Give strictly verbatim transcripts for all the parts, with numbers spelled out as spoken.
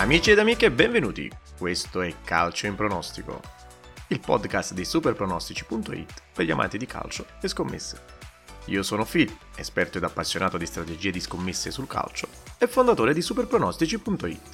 Amici ed amiche, benvenuti! Questo è Calcio in Pronostico, il podcast di superpronostici punto it per gli amanti di calcio e scommesse. Io sono Phil, esperto ed appassionato di strategie di scommesse sul calcio e fondatore di superpronostici punto it.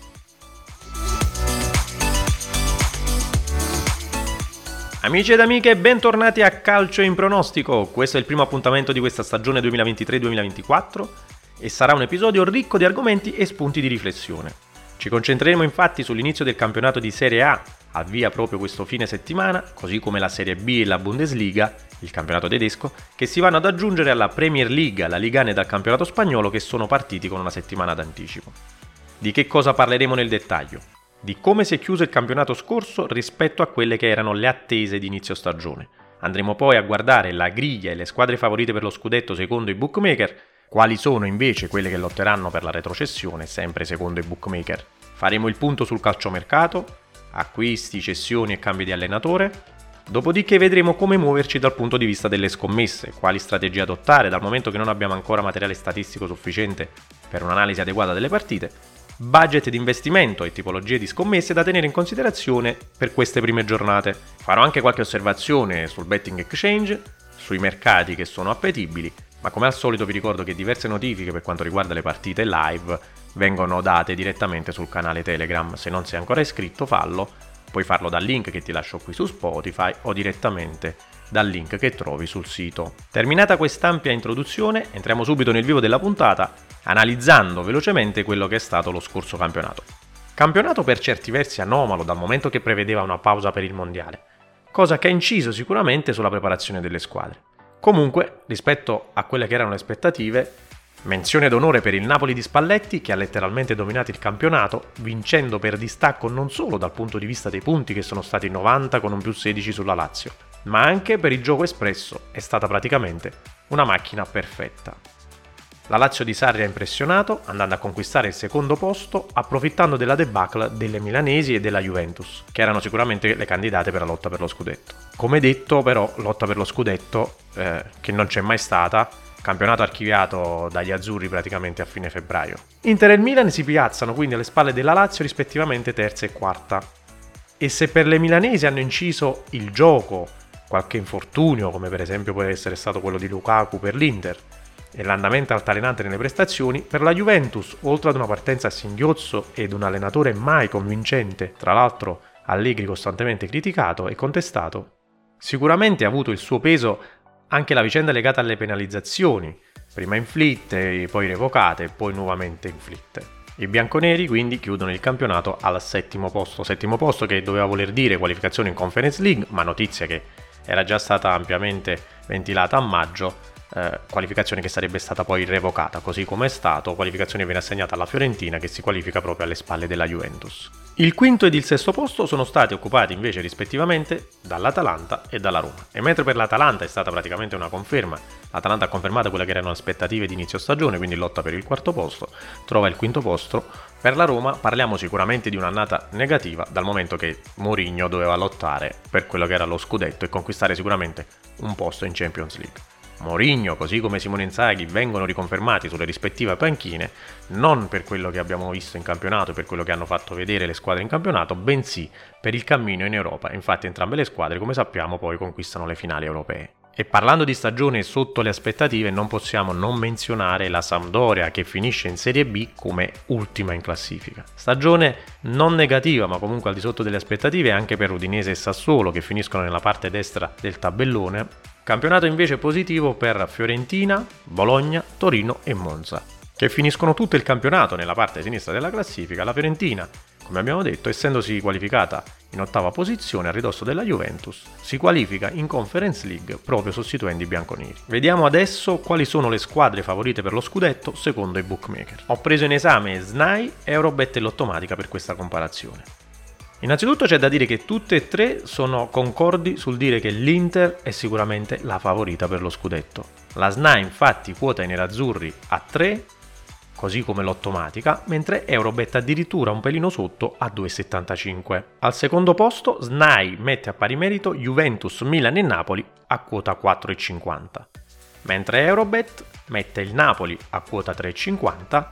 Amici ed amiche, bentornati a Calcio in Pronostico. Questo è il primo appuntamento di questa stagione duemilaventitré duemilaventiquattro e sarà un episodio ricco di argomenti e spunti di riflessione. Ci concentreremo infatti sull'inizio del campionato di Serie A, al via proprio questo fine settimana, così come la Serie B e la Bundesliga, il campionato tedesco, che si vanno ad aggiungere alla Premier League, alla Liga e dal campionato spagnolo che sono partiti con una settimana d'anticipo. Di che cosa parleremo nel dettaglio? Di come si è chiuso il campionato scorso rispetto a quelle che erano le attese di inizio stagione. Andremo poi a guardare la griglia e le squadre favorite per lo scudetto secondo i bookmaker, quali sono invece quelle che lotteranno per la retrocessione, sempre secondo i bookmaker. Faremo il punto sul calciomercato, acquisti, cessioni e cambi di allenatore. Dopodiché vedremo come muoverci dal punto di vista delle scommesse, quali strategie adottare dal momento che non abbiamo ancora materiale statistico sufficiente per un'analisi adeguata delle partite, budget di investimento e tipologie di scommesse da tenere in considerazione per queste prime giornate. Farò anche qualche osservazione sul betting exchange, sui mercati che sono appetibili, ma come al solito vi ricordo che diverse notifiche per quanto riguarda le partite live vengono date direttamente sul canale Telegram. Se non sei ancora iscritto, fallo, puoi farlo dal link che ti lascio qui su Spotify o direttamente dal link che trovi sul sito. Terminata quest'ampia introduzione, entriamo subito nel vivo della puntata, analizzando velocemente quello che è stato lo scorso campionato. Campionato per certi versi anomalo dal momento che prevedeva una pausa per il mondiale, cosa che ha inciso sicuramente sulla preparazione delle squadre. Comunque, rispetto a quelle che erano le aspettative, menzione d'onore per il Napoli di Spalletti che ha letteralmente dominato il campionato, vincendo per distacco non solo dal punto di vista dei punti che sono stati novanta con un più sedici sulla Lazio, ma anche per il gioco espresso. È stata praticamente una macchina perfetta. La Lazio di Sarri ha impressionato, andando a conquistare il secondo posto, approfittando della debacle delle milanesi e della Juventus, che erano sicuramente le candidate per la lotta per lo scudetto. Come detto, però, lotta per lo scudetto, eh, che non c'è mai stata, campionato archiviato dagli azzurri praticamente a fine febbraio. Inter e Milan si piazzano quindi alle spalle della Lazio rispettivamente terza e quarta. E se per le milanesi hanno inciso il gioco, qualche infortunio, come per esempio può essere stato quello di Lukaku per l'Inter, e l'andamento altalenante nelle prestazioni, per la Juventus, oltre ad una partenza a singhiozzo ed un allenatore mai convincente, tra l'altro Allegri costantemente criticato e contestato, sicuramente ha avuto il suo peso anche la vicenda legata alle penalizzazioni, prima inflitte, poi revocate e poi nuovamente inflitte. I bianconeri quindi chiudono il campionato al settimo posto, settimo posto che doveva voler dire qualificazione in Conference League, ma notizia che era già stata ampiamente ventilata a maggio, Eh, qualificazione che sarebbe stata poi revocata, così come è stato, qualificazione viene assegnata alla Fiorentina che si qualifica proprio alle spalle della Juventus. Il quinto ed il sesto posto sono stati occupati invece rispettivamente dall'Atalanta e dalla Roma, e mentre per l'Atalanta è stata praticamente una conferma, l'Atalanta ha confermato quelle che erano aspettative di inizio stagione, quindi lotta per il quarto posto, trova il quinto posto. Per la Roma parliamo sicuramente di un'annata negativa, dal momento che Mourinho doveva lottare per quello che era lo scudetto e conquistare sicuramente un posto in Champions League. Mourinho, così come Simone Inzaghi, vengono riconfermati sulle rispettive panchine, non per quello che abbiamo visto in campionato e per quello che hanno fatto vedere le squadre in campionato, bensì per il cammino in Europa. Infatti entrambe le squadre, come sappiamo, poi conquistano le finali europee. E parlando di stagione sotto le aspettative, non possiamo non menzionare la Sampdoria che finisce in Serie B come ultima in classifica. Stagione non negativa, ma comunque al di sotto delle aspettative anche per Udinese e Sassuolo che finiscono nella parte destra del tabellone. Campionato invece positivo per Fiorentina, Bologna, Torino e Monza, che finiscono tutto il campionato nella parte sinistra della classifica. La Fiorentina, come abbiamo detto, essendosi qualificata in ottava posizione a ridosso della Juventus, si qualifica in Conference League proprio sostituendo i bianconeri. Vediamo adesso quali sono le squadre favorite per lo scudetto secondo i bookmaker. Ho preso in esame S N A I, Eurobet e Lottomatica per questa comparazione. Innanzitutto c'è da dire che tutte e tre sono concordi sul dire che l'Inter è sicuramente la favorita per lo scudetto. La S N A I infatti quota i nerazzurri a tre, così come Lottomatica, mentre Eurobet addirittura un pelino sotto a due virgola settantacinque. Al secondo posto S N A I mette a pari merito Juventus, Milan e Napoli a quota quattro virgola cinquanta, mentre Eurobet mette il Napoli a quota tre virgola cinquanta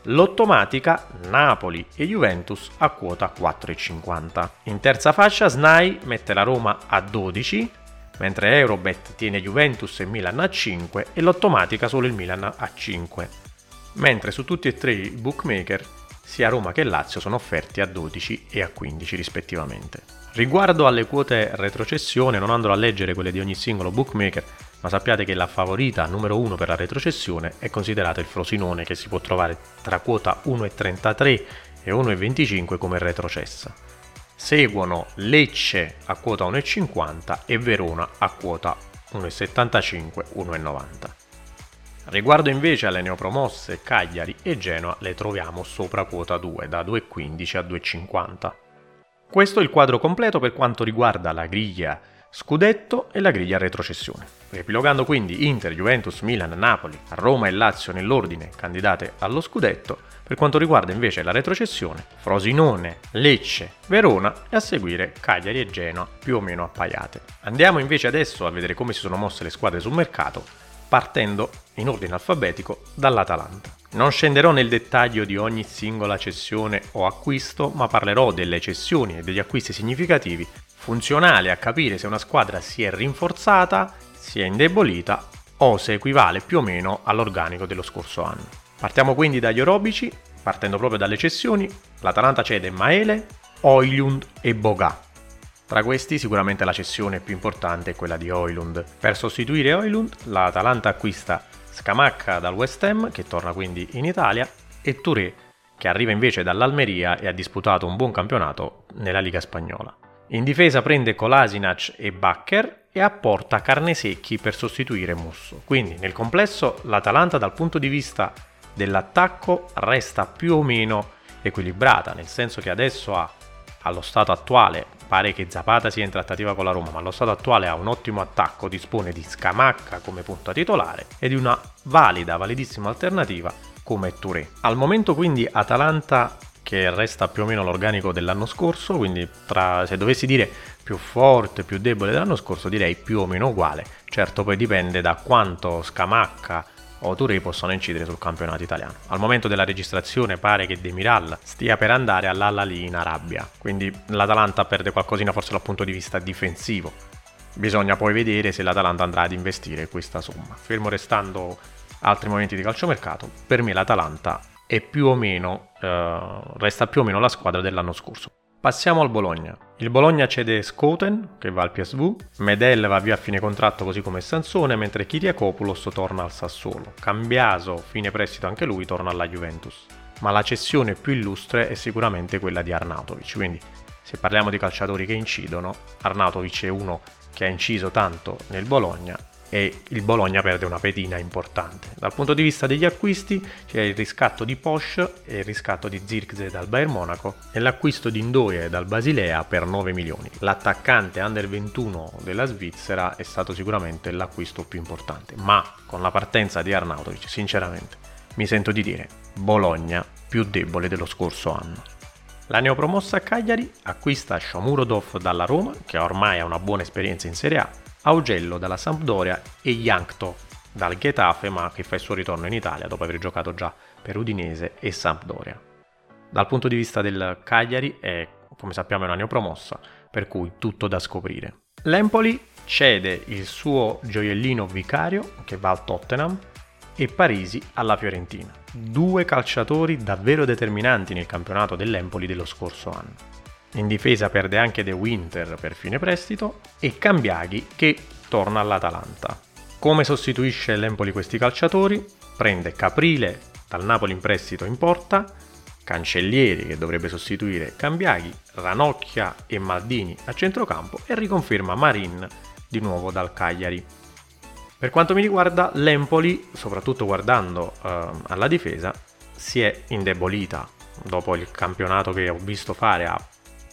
Lottomatica, Napoli e Juventus a quota quattro virgola cinquanta. In terza fascia S N A I mette la Roma a dodici, mentre Eurobet tiene Juventus e Milan a cinque e Lottomatica solo il Milan a cinque. Mentre su tutti e tre i bookmaker sia Roma che Lazio sono offerti a dodici e a quindici rispettivamente. Riguardo alle quote retrocessione non andrò a leggere quelle di ogni singolo bookmaker, ma sappiate che la favorita numero uno per la retrocessione è considerata il Frosinone, che si può trovare tra quota uno virgola trentatré e uno virgola venticinque come retrocessa. Seguono Lecce a quota uno virgola cinquanta e Verona a quota uno virgola settantacinque uno virgola novanta. Riguardo invece alle neopromosse Cagliari e Genoa le troviamo sopra quota due, da due virgola quindici a due virgola cinquanta. Questo è il quadro completo per quanto riguarda la griglia scudetto e la griglia retrocessione. Riepilogando quindi Inter, Juventus, Milan, Napoli, Roma e Lazio nell'ordine candidate allo scudetto, per quanto riguarda invece la retrocessione, Frosinone, Lecce, Verona e a seguire Cagliari e Genoa più o meno appaiate. Andiamo invece adesso a vedere come si sono mosse le squadre sul mercato, partendo in ordine alfabetico dall'Atalanta. Non scenderò nel dettaglio di ogni singola cessione o acquisto, ma parlerò delle cessioni e degli acquisti significativi funzionali a capire se una squadra si è rinforzata, si è indebolita o se equivale più o meno all'organico dello scorso anno. Partiamo quindi dagli orobici, partendo proprio dalle cessioni. L'Atalanta cede Maele, Højlund e Boga. Tra questi sicuramente la cessione più importante è quella di Højlund. Per sostituire Højlund l'Atalanta acquista Scamacca dal West Ham, che torna quindi in Italia, e Touré, che arriva invece dall'Almeria e ha disputato un buon campionato nella Liga Spagnola. In difesa prende Kolasinac e Bakker e apporta Carnesecchi per sostituire Musso. Quindi nel complesso l'Atalanta dal punto di vista dell'attacco resta più o meno equilibrata, nel senso che adesso ha, allo stato attuale, pare che Zapata sia in trattativa con la Roma, ma allo stato attuale ha un ottimo attacco, dispone di Scamacca come punta titolare e di una valida, validissima alternativa come Touré. Al momento quindi Atalanta che resta più o meno l'organico dell'anno scorso, quindi tra, se dovessi dire più forte, più debole dell'anno scorso, direi più o meno uguale. Certo poi dipende da quanto Scamacca o Touré possono incidere sul campionato italiano. Al momento della registrazione pare che Demiral stia per andare all'Al-Ahly in Arabia, quindi l'Atalanta perde qualcosina forse dal punto di vista difensivo. Bisogna poi vedere se l'Atalanta andrà ad investire questa somma. Fermo restando altri momenti di calciomercato, per me l'Atalanta è più o meno, eh, resta più o meno la squadra dell'anno scorso. Passiamo al Bologna. Il Bologna cede Schouten, che va al P S V, Medel va via a fine contratto così come Sansone, mentre Kyriakopoulos torna al Sassuolo. Cambiaso, fine prestito anche lui, torna alla Juventus. Ma la cessione più illustre è sicuramente quella di Arnautovic, quindi se parliamo di calciatori che incidono, Arnautovic è uno che ha inciso tanto nel Bologna e il Bologna perde una pedina importante. Dal punto di vista degli acquisti c'è il riscatto di Posch e il riscatto di Zirkzee dal Bayern Monaco e l'acquisto di Ndoye dal Basilea per nove milioni. L'attaccante under ventuno della Svizzera è stato sicuramente l'acquisto più importante, ma con la partenza di Arnautovic sinceramente mi sento di dire Bologna più debole dello scorso anno. La neopromossa Cagliari acquista Shomurodov dalla Roma, che ormai ha una buona esperienza in Serie A, Augello dalla Sampdoria e Yankto dal Getafe, ma che fa il suo ritorno in Italia dopo aver giocato già per Udinese e Sampdoria. Dal punto di vista del Cagliari è, come sappiamo, una neopromossa, per cui tutto da scoprire. L'Empoli cede il suo gioiellino Vicario, che va al Tottenham, e Parisi alla Fiorentina. Due calciatori davvero determinanti nel campionato dell'Empoli dello scorso anno. In difesa perde anche De Winter per fine prestito e Cambiaghi che torna all'Atalanta. Come sostituisce l'Empoli questi calciatori? Prende Caprile dal Napoli in prestito in porta, Cancellieri che dovrebbe sostituire Cambiaghi, Ranocchia e Maldini a centrocampo e riconferma Marin di nuovo dal Cagliari. Per quanto mi riguarda l'Empoli, soprattutto guardando eh, alla difesa, si è indebolita dopo il campionato che ho visto fare a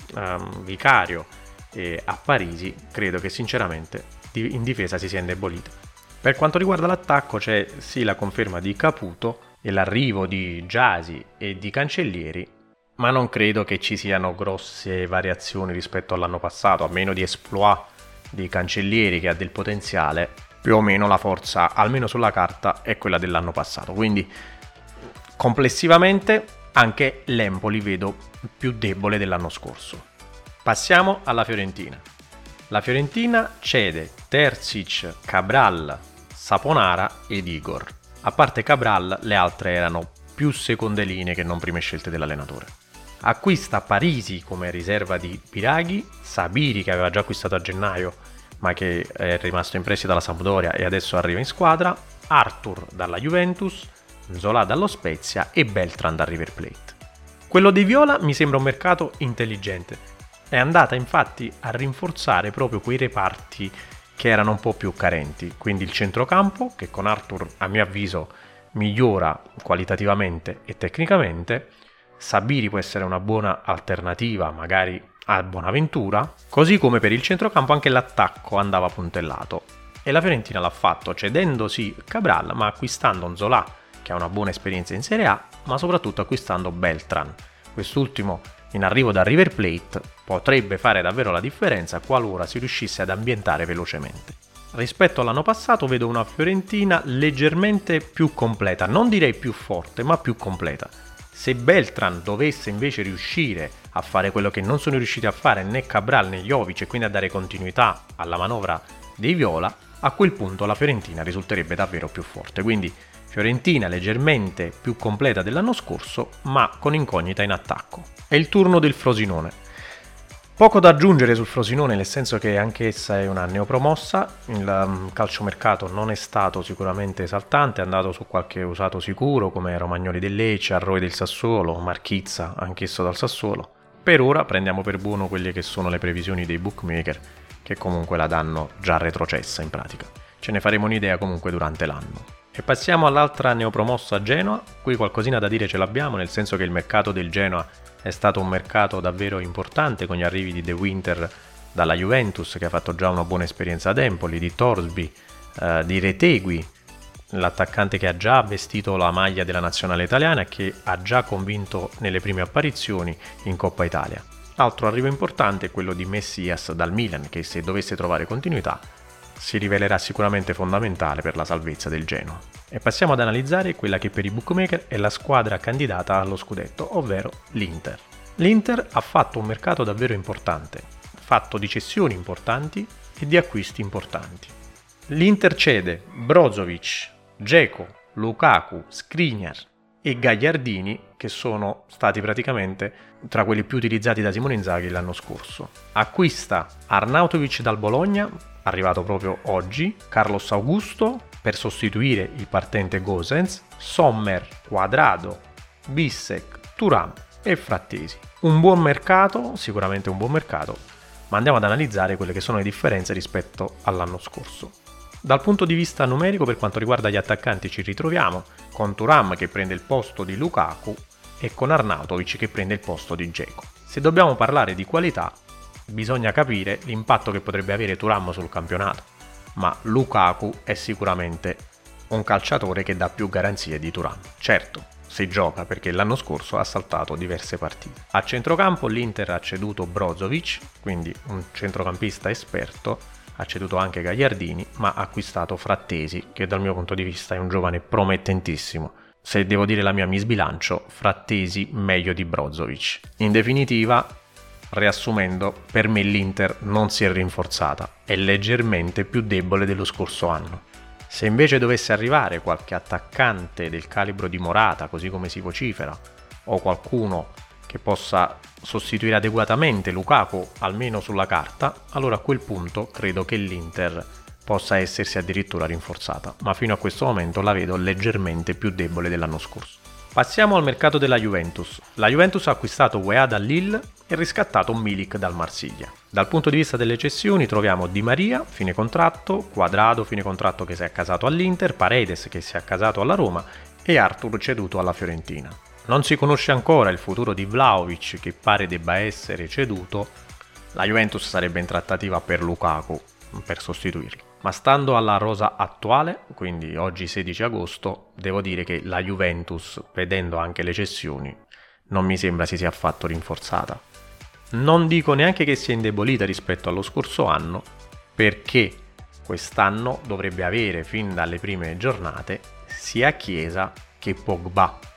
Um, Vicario e a Parisi. Credo che sinceramente in difesa si sia indebolita. Per quanto riguarda l'attacco c'è sì la conferma di Caputo e l'arrivo di Gyasi e di Cancellieri, ma non credo che ci siano grosse variazioni rispetto all'anno passato, a meno di Exploit di Cancellieri che ha del potenziale. Più o meno la forza, almeno sulla carta, è quella dell'anno passato, quindi Complessivamente anche l'Empoli vedo più debole dell'anno scorso. Passiamo alla Fiorentina. La Fiorentina cede Terzic, Cabral, Saponara ed Igor. A parte Cabral, le altre erano più seconde linee che non prime scelte dell'allenatore. Acquista Parisi come riserva di Biraghi, Sabiri che aveva già acquistato a gennaio ma che è rimasto in prestito dalla Sampdoria e adesso arriva in squadra, Arthur dalla Juventus, Nzola dallo Spezia e Beltran dal River Plate. Quello di Viola mi sembra un mercato intelligente. È andata infatti a rinforzare proprio quei reparti che erano un po' più carenti, quindi il centrocampo che con Arthur a mio avviso migliora qualitativamente e tecnicamente, Sabiri può essere una buona alternativa magari a Bonaventura, così come per il centrocampo anche l'attacco andava puntellato e la Fiorentina l'ha fatto cedendo sì Cabral ma acquistando Nzola che ha una buona esperienza in Serie A, ma soprattutto acquistando Beltran. Quest'ultimo in arrivo da River Plate potrebbe fare davvero la differenza qualora si riuscisse ad ambientare velocemente. Rispetto all'anno passato vedo una Fiorentina leggermente più completa, non direi più forte, ma più completa. Se Beltran dovesse invece riuscire a fare quello che non sono riusciti a fare né Cabral né Jovic e quindi a dare continuità alla manovra dei Viola, a quel punto la Fiorentina risulterebbe davvero più forte. Quindi Fiorentina leggermente più completa dell'anno scorso, ma con incognita in attacco. È il turno del Frosinone. Poco da aggiungere sul Frosinone, nel senso che anch'essa è una neopromossa, il calciomercato non è stato sicuramente esaltante, è andato su qualche usato sicuro come Romagnoli del Lecce, Arroi del Sassuolo, Marchizza anch'esso dal Sassuolo. Per ora prendiamo per buono quelle che sono le previsioni dei bookmaker, che comunque la danno già retrocessa in pratica. Ce ne faremo un'idea comunque durante l'anno. E passiamo all'altra neopromossa Genoa. Qui qualcosina da dire ce l'abbiamo, nel senso che il mercato del Genoa è stato un mercato davvero importante con gli arrivi di De Winter dalla Juventus che ha fatto già una buona esperienza ad Empoli, di Torsby, eh, di Retegui, l'attaccante che ha già vestito la maglia della nazionale italiana e che ha già convinto nelle prime apparizioni in Coppa Italia. L'altro arrivo importante è quello di Messias dal Milan che se dovesse trovare continuità si rivelerà sicuramente fondamentale per la salvezza del Genoa. E passiamo ad analizzare quella che per i bookmaker è la squadra candidata allo scudetto, ovvero l'Inter. L'Inter ha fatto un mercato davvero importante, fatto di cessioni importanti e di acquisti importanti. L'Inter cede Brozovic, Dzeko, Lukaku, Skriniar e Gagliardini, che sono stati praticamente tra quelli più utilizzati da Simone Inzaghi l'anno scorso. Acquista Arnautovic dal Bologna, arrivato proprio oggi, Carlos Augusto per sostituire il partente Gosens, Sommer, Quadrado, Bissek, Thuram e Frattesi. Un buon mercato, sicuramente un buon mercato, ma andiamo ad analizzare quelle che sono le differenze rispetto all'anno scorso. Dal punto di vista numerico, per quanto riguarda gli attaccanti, ci ritroviamo con Thuram che prende il posto di Lukaku e con Arnautovic che prende il posto di Dzeko. Se dobbiamo parlare di qualità, bisogna capire l'impatto che potrebbe avere Thuram sul campionato, ma Lukaku è sicuramente un calciatore che dà più garanzie di Thuram. Certo, si gioca perché l'anno scorso ha saltato diverse partite. A centrocampo l'Inter ha ceduto Brozovic, quindi un centrocampista esperto, ha ceduto anche Gagliardini, ma ha acquistato Frattesi, che dal mio punto di vista è un giovane promettentissimo. Se devo dire la mia mi sbilancio, Frattesi meglio di Brozovic. In definitiva, riassumendo, per me l'Inter non si è rinforzata, è leggermente più debole dello scorso anno. Se invece dovesse arrivare qualche attaccante del calibro di Morata, così come si vocifera, o qualcuno che possa sostituire adeguatamente Lukaku, almeno sulla carta, allora a quel punto credo che l'Inter possa essersi addirittura rinforzata, ma fino a questo momento la vedo leggermente più debole dell'anno scorso. Passiamo al mercato della Juventus. La Juventus ha acquistato Weah dal Lille e riscattato Milik dal Marsiglia. Dal punto di vista delle cessioni troviamo Di Maria, fine contratto, Quadrado, fine contratto che si è accasato all'Inter, Paredes che si è accasato alla Roma e Arthur ceduto alla Fiorentina. Non si conosce ancora il futuro di Vlahovic che pare debba essere ceduto. La Juventus sarebbe in trattativa per Lukaku per sostituirlo. Ma stando alla rosa attuale, quindi oggi sedici agosto, devo dire che la Juventus, vedendo anche le cessioni, non mi sembra si sia affatto rinforzata. Non dico neanche che sia indebolita rispetto allo scorso anno, perché quest'anno dovrebbe avere fin dalle prime giornate sia Chiesa che Pogba.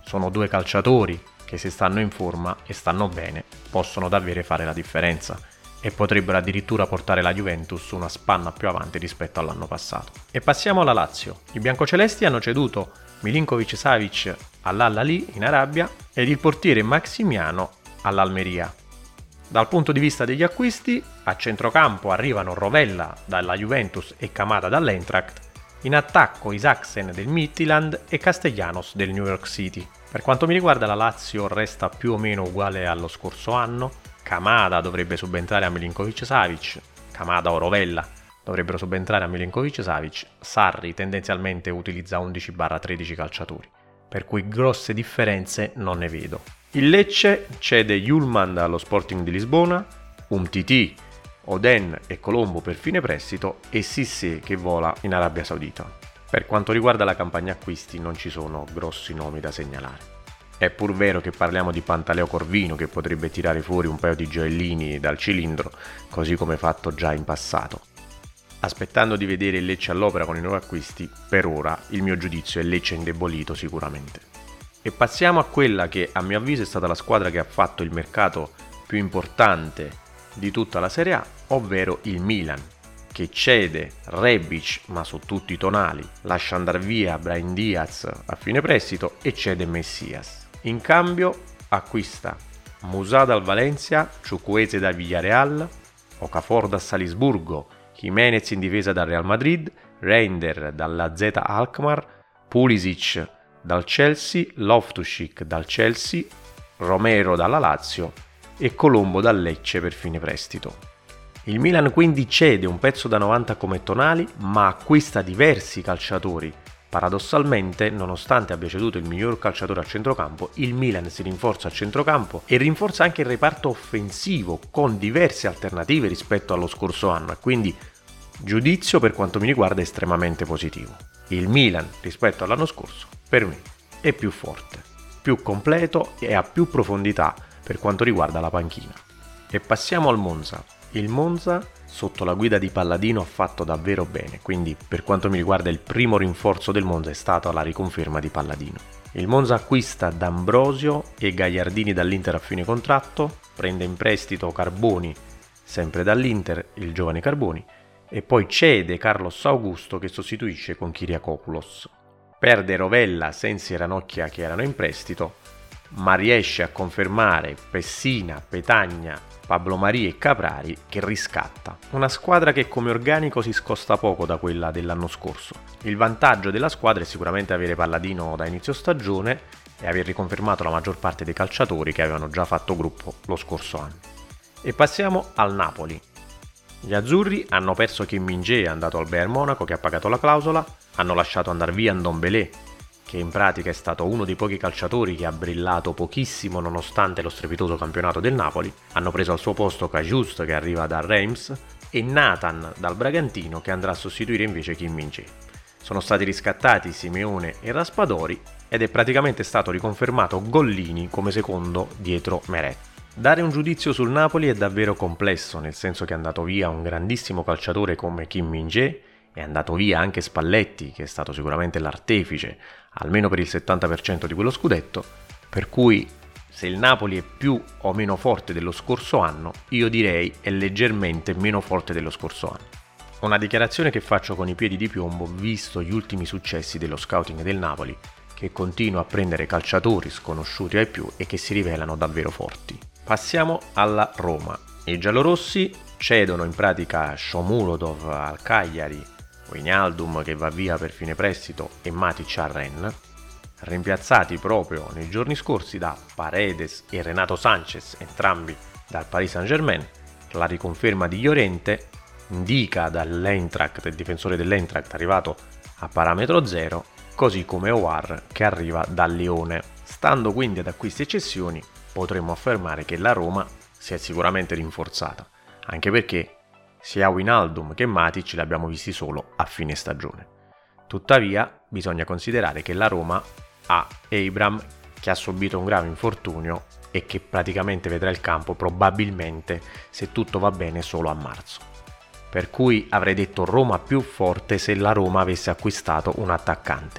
sono due calciatori che, se stanno in forma e stanno bene, possono davvero fare la differenza e potrebbero addirittura portare la Juventus una spanna più avanti rispetto all'anno passato. E passiamo alla Lazio. I biancocelesti hanno ceduto Milinkovic-Savic all'Al-Ahly in Arabia ed il portiere Maximiano all'Almeria. Dal punto di vista degli acquisti, a centrocampo arrivano Rovella dalla Juventus e Kamada dall'Eintracht, in attacco Isaksen del Midtjylland e Castellanos del New York City. Per quanto mi riguarda, la Lazio resta più o meno uguale allo scorso anno. Kamada dovrebbe subentrare a Milinkovic-Savic, Kamada o Rovella dovrebbero subentrare a Milinkovic-Savic, Sarri tendenzialmente utilizza undici tredici calciatori, per cui grosse differenze non ne vedo. Il Lecce cede Yulman allo Sporting di Lisbona, Umtiti, Oden e Colombo per fine prestito e Cissé che vola in Arabia Saudita. Per quanto riguarda la campagna acquisti non ci sono grossi nomi da segnalare. È pur vero che parliamo di Pantaleo Corvino che potrebbe tirare fuori un paio di gioiellini dal cilindro, così come fatto già in passato. Aspettando di vedere il Lecce all'opera con i nuovi acquisti, per ora il mio giudizio è Lecce indebolito sicuramente. E passiamo a quella che a mio avviso è stata la squadra che ha fatto il mercato più importante di tutta la Serie A, ovvero il Milan, che cede Rebic ma su tutti i tonali, lascia andare via Brahim Diaz a fine prestito e cede Messias. In cambio acquista Musà dal Valencia, Chukwueze dal Villarreal, Okafor dal Salisburgo, Jimenez in difesa dal Real Madrid, Reinders dalla Z Alkmaar, Pulisic dal Chelsea, Loftus-Cheek dal Chelsea, Romero dalla Lazio e Colombo dal Lecce per fine prestito. Il Milan quindi cede un pezzo da novanta come Tonali, ma acquista diversi calciatori. Paradossalmente, nonostante abbia ceduto il miglior calciatore a centrocampo, il Milan si rinforza a centrocampo e rinforza anche il reparto offensivo con diverse alternative rispetto allo scorso anno, e quindi giudizio per quanto mi riguarda estremamente positivo. Il Milan rispetto all'anno scorso per me è più forte, più completo e ha più profondità per quanto riguarda la panchina. E passiamo al Monza. Il Monza sotto la guida di Palladino ha fatto davvero bene, quindi per quanto mi riguarda il primo rinforzo del Monza è stata la riconferma di Palladino. Il Monza acquista D'Ambrosio e Gagliardini dall'Inter a fine contratto, prende in prestito Carboni sempre dall'Inter, il giovane Carboni, e poi cede Carlos Augusto che sostituisce con Kyriakopoulos. Perde Rovella, Sensi e Ranocchia che erano in prestito, ma riesce a confermare Pessina, Petagna, Pablo Mari e Caprari che riscatta. Una squadra che come organico si scosta poco da quella dell'anno scorso. Il vantaggio della squadra è sicuramente avere Palladino da inizio stagione e aver riconfermato la maggior parte dei calciatori che avevano già fatto gruppo lo scorso anno. E passiamo al Napoli. Gli azzurri hanno perso Kim Min-jae, è andato al Bayern Monaco che ha pagato la clausola, hanno lasciato andare via Ndombele, che in pratica è stato uno dei pochi calciatori che ha brillato pochissimo nonostante lo strepitoso campionato del Napoli, hanno preso al suo posto Cajuste che arriva dal Reims e Nathan dal Bragantino che andrà a sostituire invece Kim Min-jae. Sono stati riscattati Simeone e Raspadori ed è praticamente stato riconfermato Gollini come secondo dietro Meret. Dare un giudizio sul Napoli è davvero complesso, nel senso che è andato via un grandissimo calciatore come Kim Min-jae, è andato via anche Spalletti, che è stato sicuramente l'artefice, almeno per il settanta per cento di quello scudetto, per cui se il Napoli è più o meno forte dello scorso anno, io direi è leggermente meno forte dello scorso anno. Una dichiarazione che faccio con i piedi di piombo, visto gli ultimi successi dello scouting del Napoli, che continua a prendere calciatori sconosciuti ai più e che si rivelano davvero forti. Passiamo alla Roma. I giallorossi cedono in pratica Shomurodov al Cagliari, Wijnaldum che va via per fine prestito e Matic a Rennes, rimpiazzati proprio nei giorni scorsi da Paredes e Renato Sanchez, entrambi dal Paris Saint-Germain, la riconferma di Llorente, Indica dall'Eintracht, il difensore dell'Eintracht arrivato a parametro zero, così come Aouar che arriva dal Lione. Stando quindi ad acquisti e cessioni, potremmo affermare che la Roma si è sicuramente rinforzata, anche perché sia Wijnaldum che Matic li abbiamo visti solo a fine stagione. Tuttavia, bisogna considerare che la Roma ha Abraham che ha subito un grave infortunio e che praticamente vedrà il campo probabilmente, se tutto va bene, solo a marzo. Per cui avrei detto Roma più forte se la Roma avesse acquistato un attaccante.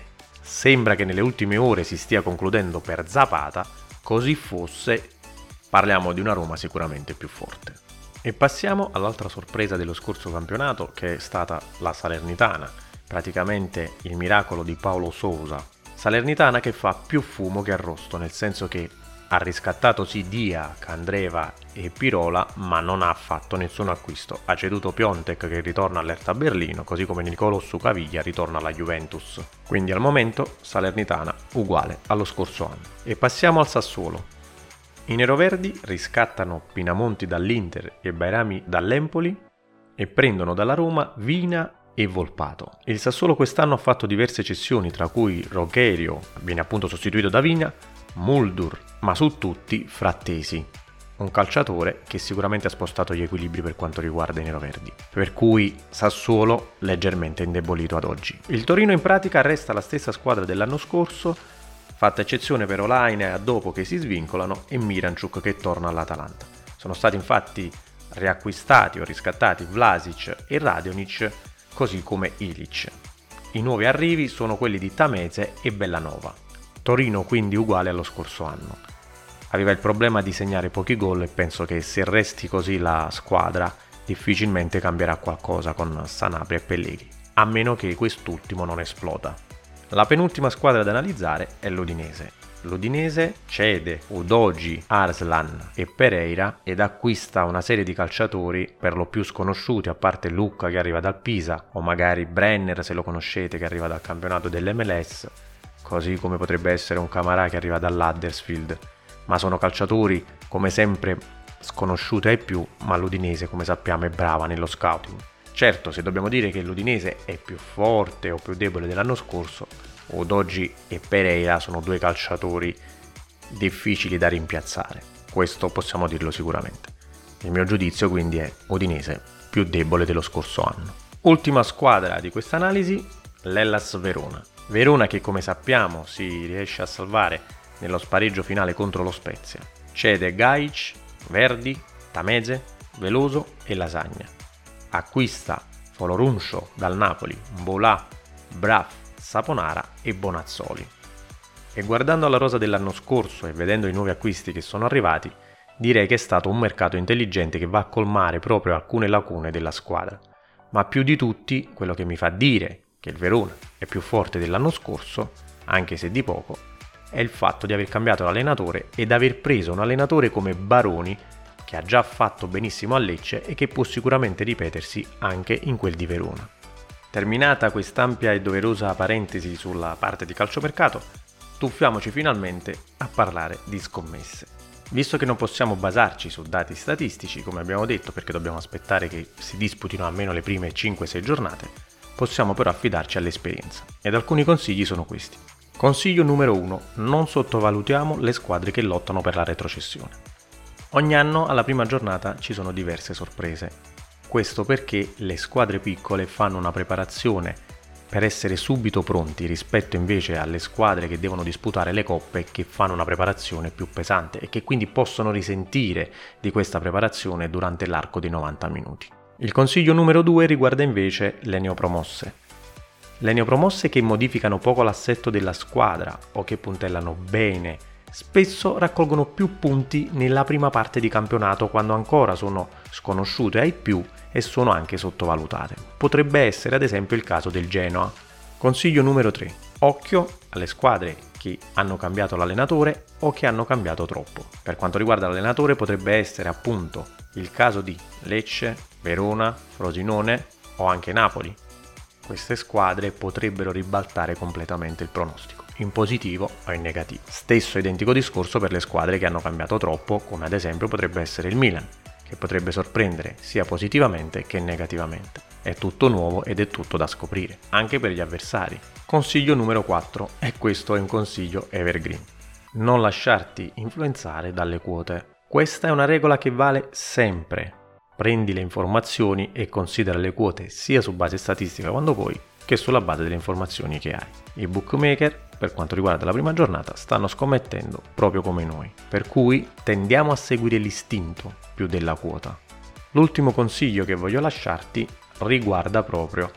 sembra che nelle ultime ore si stia concludendo per Zapata, così fosse, parliamo di una Roma sicuramente più forte. E passiamo all'altra sorpresa dello scorso campionato, che è stata la Salernitana, praticamente il miracolo di Paulo Sousa. Salernitana che fa più fumo che arrosto, nel senso che ha riscattato sì Dia, Candreva e Pirola, ma non ha fatto nessun acquisto. Ha ceduto Piontek che ritorna all'Hertha Berlino, così come Nicolo Sucaviglia ritorna alla Juventus. Quindi al momento Salernitana uguale allo scorso anno. E passiamo al Sassuolo. I neroverdi riscattano Pinamonti dall'Inter e Bairami dall'Empoli e prendono dalla Roma Vina e Volpato. Il Sassuolo quest'anno ha fatto diverse cessioni, tra cui Rogerio viene appunto sostituito da Vina, Muldur, ma su tutti Frattesi, un calciatore che sicuramente ha spostato gli equilibri per quanto riguarda i neroverdi, per cui Sassuolo leggermente indebolito ad oggi. Il Torino in pratica resta la stessa squadra dell'anno scorso, fatta eccezione per Olaine a dopo che si svincolano e Miranchuk che torna all'Atalanta. Sono stati infatti riacquistati o riscattati Vlasic e Radonic, così come Ilic. I nuovi arrivi sono quelli di Tameze e Bellanova. Torino quindi uguale allo scorso anno. Aveva il problema di segnare pochi gol e penso che se resti così la squadra difficilmente cambierà qualcosa con Sanabria e Pellegrini, a meno che quest'ultimo non esploda. La penultima squadra da analizzare è l'Udinese. L'Udinese cede Udogi, Arslan e Pereira ed acquista una serie di calciatori per lo più sconosciuti, a parte Lucca che arriva dal Pisa, o magari Brenner se lo conoscete che arriva dal campionato dell'M L S, così come potrebbe essere un Camarà che arriva dall'Huddersfield, ma sono calciatori come sempre sconosciuti ai più, ma l'Udinese come sappiamo è brava nello scouting. Certo, se dobbiamo dire che l'Udinese è più forte o più debole dell'anno scorso, Udogi e Pereira sono due calciatori difficili da rimpiazzare, questo possiamo dirlo sicuramente. Il mio giudizio quindi è Udinese più debole dello scorso anno. Ultima squadra di questa analisi, l'Hellas Verona. Verona che come sappiamo si riesce a salvare nello spareggio finale contro lo Spezia. Cede Gajic, Verdi, Tameze, Veloso e Lasagna. Acquista Folorunsho dal Napoli, Mbolà, Braff, Saponara e Bonazzoli. E guardando alla rosa dell'anno scorso e vedendo i nuovi acquisti che sono arrivati, direi che è stato un mercato intelligente che va a colmare proprio alcune lacune della squadra. Ma più di tutti, quello che mi fa dire che il Verona è più forte dell'anno scorso, anche se di poco, è il fatto di aver cambiato l'allenatore ed aver preso un allenatore come Baroni, che ha già fatto benissimo a Lecce e che può sicuramente ripetersi anche in quel di Verona. Terminata quest'ampia e doverosa parentesi sulla parte di calciomercato, tuffiamoci finalmente a parlare di scommesse. Visto che non possiamo basarci su dati statistici, come abbiamo detto, perché dobbiamo aspettare che si disputino almeno le prime cinque sei giornate, possiamo però affidarci all'esperienza. Ed alcuni consigli sono questi. Consiglio numero uno. Non sottovalutiamo le squadre che lottano per la retrocessione. Ogni anno alla prima giornata ci sono diverse sorprese. Questo perché le squadre piccole fanno una preparazione per essere subito pronti rispetto invece alle squadre che devono disputare le coppe, che fanno una preparazione più pesante e che quindi possono risentire di questa preparazione durante l'arco di novanta minuti. Il consiglio numero due riguarda invece le neopromosse. Le neopromosse che modificano poco l'assetto della squadra o che puntellano bene spesso raccolgono più punti nella prima parte di campionato quando ancora sono sconosciute ai più e sono anche sottovalutate. Potrebbe essere ad esempio il caso del Genoa. Consiglio numero tre. Occhio alle squadre che hanno cambiato l'allenatore o che hanno cambiato troppo. Per quanto riguarda l'allenatore potrebbe essere appunto il caso di Lecce, Verona, Frosinone o anche Napoli. Queste squadre potrebbero ribaltare completamente il pronostico, in positivo o in negativo. Stesso identico discorso per le squadre che hanno cambiato troppo, come ad esempio potrebbe essere il Milan, che potrebbe sorprendere sia positivamente che negativamente. È tutto nuovo ed è tutto da scoprire, anche per gli avversari. Consiglio numero quattro, e questo è un consiglio evergreen. Non lasciarti influenzare dalle quote. Questa è una regola che vale sempre. Prendi le informazioni e considera le quote sia su base statistica quando puoi, che sulla base delle informazioni che hai. I bookmaker, per quanto riguarda la prima giornata, stanno scommettendo proprio come noi, per cui tendiamo a seguire l'istinto più della quota. L'ultimo consiglio che voglio lasciarti riguarda proprio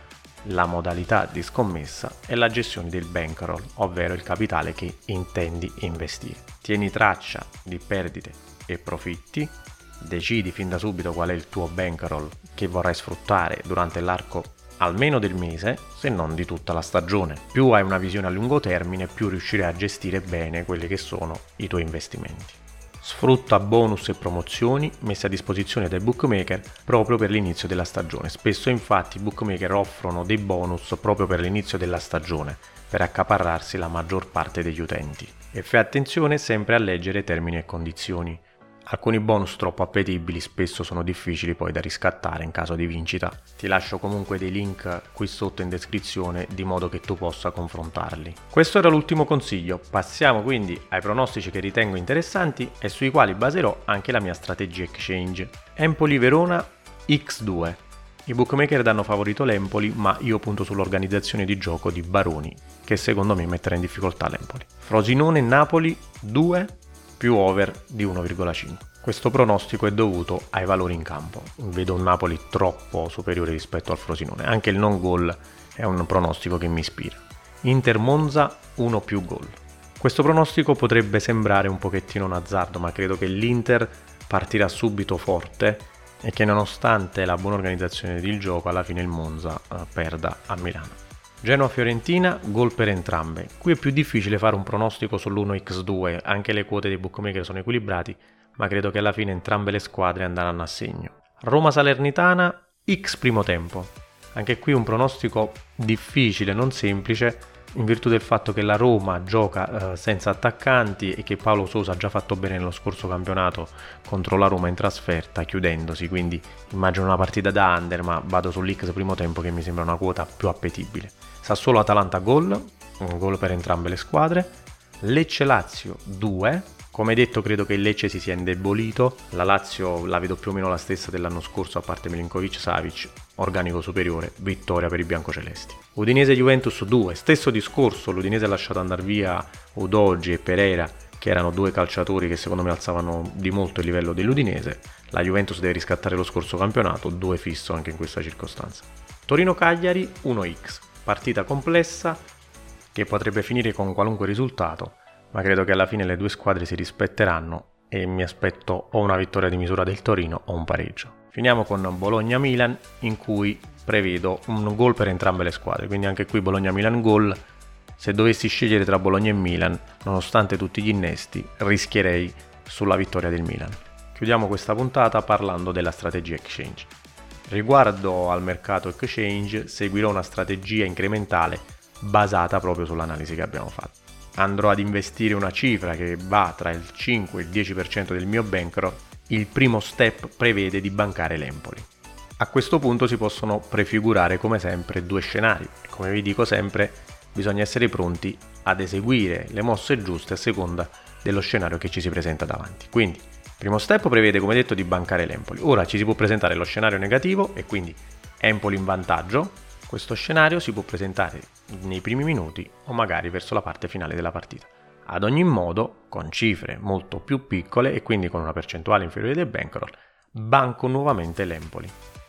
la modalità di scommessa e la gestione del bankroll, ovvero il capitale che intendi investire. Tieni traccia di perdite e profitti, decidi fin da subito qual è il tuo bankroll che vorrai sfruttare durante l'arco almeno del mese, se non di tutta la stagione. Più hai una visione a lungo termine, più riuscirai a gestire bene quelli che sono i tuoi investimenti. Sfrutta bonus e promozioni messi a disposizione dai bookmaker proprio per l'inizio della stagione. Spesso infatti i bookmaker offrono dei bonus proprio per l'inizio della stagione, per accaparrarsi la maggior parte degli utenti. E fai attenzione sempre a leggere termini e condizioni. Alcuni bonus troppo appetibili spesso sono difficili poi da riscattare in caso di vincita. Ti lascio comunque dei link qui sotto in descrizione di modo che tu possa confrontarli. Questo era l'ultimo consiglio, passiamo quindi ai pronostici che ritengo interessanti e sui quali baserò anche la mia strategia exchange. Empoli Verona ics due. I bookmaker danno favorito l'Empoli, ma io punto sull'organizzazione di gioco di Baroni, che secondo me metterà in difficoltà l'Empoli. Frosinone Napoli due più over di uno virgola cinque. Questo pronostico è dovuto ai valori in campo. Vedo un Napoli troppo superiore rispetto al Frosinone. Anche il non gol è un pronostico che mi ispira. Inter Monza uno più gol. Questo pronostico potrebbe sembrare un pochettino un azzardo, ma credo che l'Inter partirà subito forte e che nonostante la buona organizzazione del gioco alla fine il Monza eh, perda a Milano. Genoa-Fiorentina, gol per entrambe. Qui è più difficile fare un pronostico sull'uno ics due, anche le quote dei bookmaker sono equilibrati, ma credo che alla fine entrambe le squadre andranno a segno. Roma-Salernitana, X primo tempo. Anche qui un pronostico difficile, non semplice, in virtù del fatto che la Roma gioca eh, senza attaccanti e che Paolo Sousa ha già fatto bene nello scorso campionato contro la Roma in trasferta, chiudendosi, quindi immagino una partita da under, ma vado sull'X primo tempo che mi sembra una quota più appetibile. Sassuolo-Atalanta gol, un gol per entrambe le squadre. Lecce-Lazio due, come detto credo che il Lecce si sia indebolito, la Lazio la vedo più o meno la stessa dell'anno scorso a parte Milinkovic-Savic, organico superiore, vittoria per i biancocelesti. Udinese-Juventus due, stesso discorso, l'Udinese ha lasciato andare via Udogi e Pereira, che erano due calciatori che secondo me alzavano di molto il livello dell'Udinese. La Juventus deve riscattare lo scorso campionato, due fisso anche in questa circostanza. Torino-Cagliari uno ics, partita complessa che potrebbe finire con qualunque risultato, ma credo che alla fine le due squadre si rispetteranno e mi aspetto o una vittoria di misura del Torino o un pareggio. Finiamo con Bologna-Milan, in cui prevedo un gol per entrambe le squadre, quindi anche qui Bologna-Milan gol. Se dovessi scegliere tra Bologna e Milan, nonostante tutti gli innesti, rischierei sulla vittoria del Milan. Chiudiamo questa puntata parlando della strategia exchange. Riguardo al mercato exchange, seguirò una strategia incrementale basata proprio sull'analisi che abbiamo fatto. Andrò ad investire una cifra che va tra il cinque e il dieci per cento del mio bankroll. Il primo step prevede di bancare l'Empoli. A questo punto si possono prefigurare come sempre due scenari. Come vi dico sempre, bisogna essere pronti ad eseguire le mosse giuste a seconda dello scenario che ci si presenta davanti. Quindi, il primo step prevede, come detto, di bancare l'Empoli. Ora ci si può presentare lo scenario negativo e quindi Empoli in vantaggio. Questo scenario si può presentare nei primi minuti o magari verso la parte finale della partita. Ad ogni modo, con cifre molto più piccole e quindi con una percentuale inferiore del bankroll, banco nuovamente l'Empoli.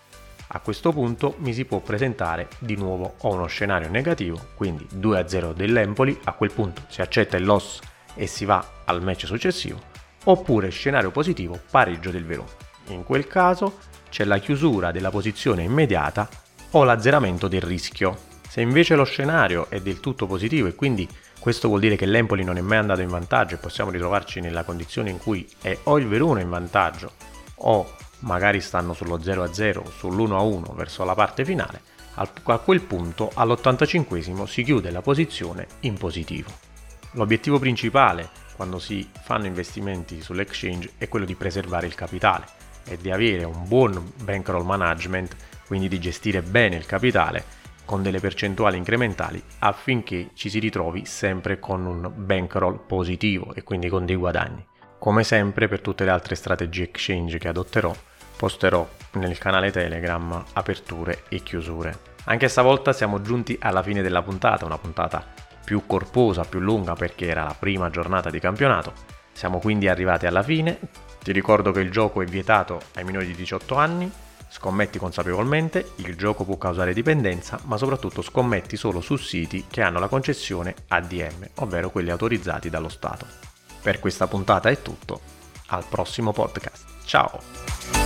A questo punto mi si può presentare di nuovo o uno scenario negativo, quindi due a zero dell'Empoli, a quel punto si accetta il loss e si va al match successivo, oppure scenario positivo, pareggio del Verona. In quel caso c'è la chiusura della posizione immediata o l'azzeramento del rischio. Se invece lo scenario è del tutto positivo e quindi questo vuol dire che l'Empoli non è mai andato in vantaggio e possiamo ritrovarci nella condizione in cui è o il Verona in vantaggio o magari stanno sullo zero a zero, sull'uno a uno verso la parte finale, a quel punto all'ottantacinquesimo si chiude la posizione in positivo. L'obiettivo principale quando si fanno investimenti sull'exchange è quello di preservare il capitale e di avere un buon bankroll management, quindi di gestire bene il capitale con delle percentuali incrementali affinché ci si ritrovi sempre con un bankroll positivo e quindi con dei guadagni. Come sempre per tutte le altre strategie exchange che adotterò, posterò nel canale Telegram aperture e chiusure. Anche stavolta siamo giunti alla fine della puntata, una puntata più corposa, più lunga perché era la prima giornata di campionato. Siamo quindi arrivati alla fine. Ti ricordo che il gioco è vietato ai minori di diciotto anni. Scommetti consapevolmente, il gioco può causare dipendenza, ma soprattutto scommetti solo su siti che hanno la concessione A D M, ovvero quelli autorizzati dallo Stato. Per questa puntata è tutto, al prossimo podcast. Ciao!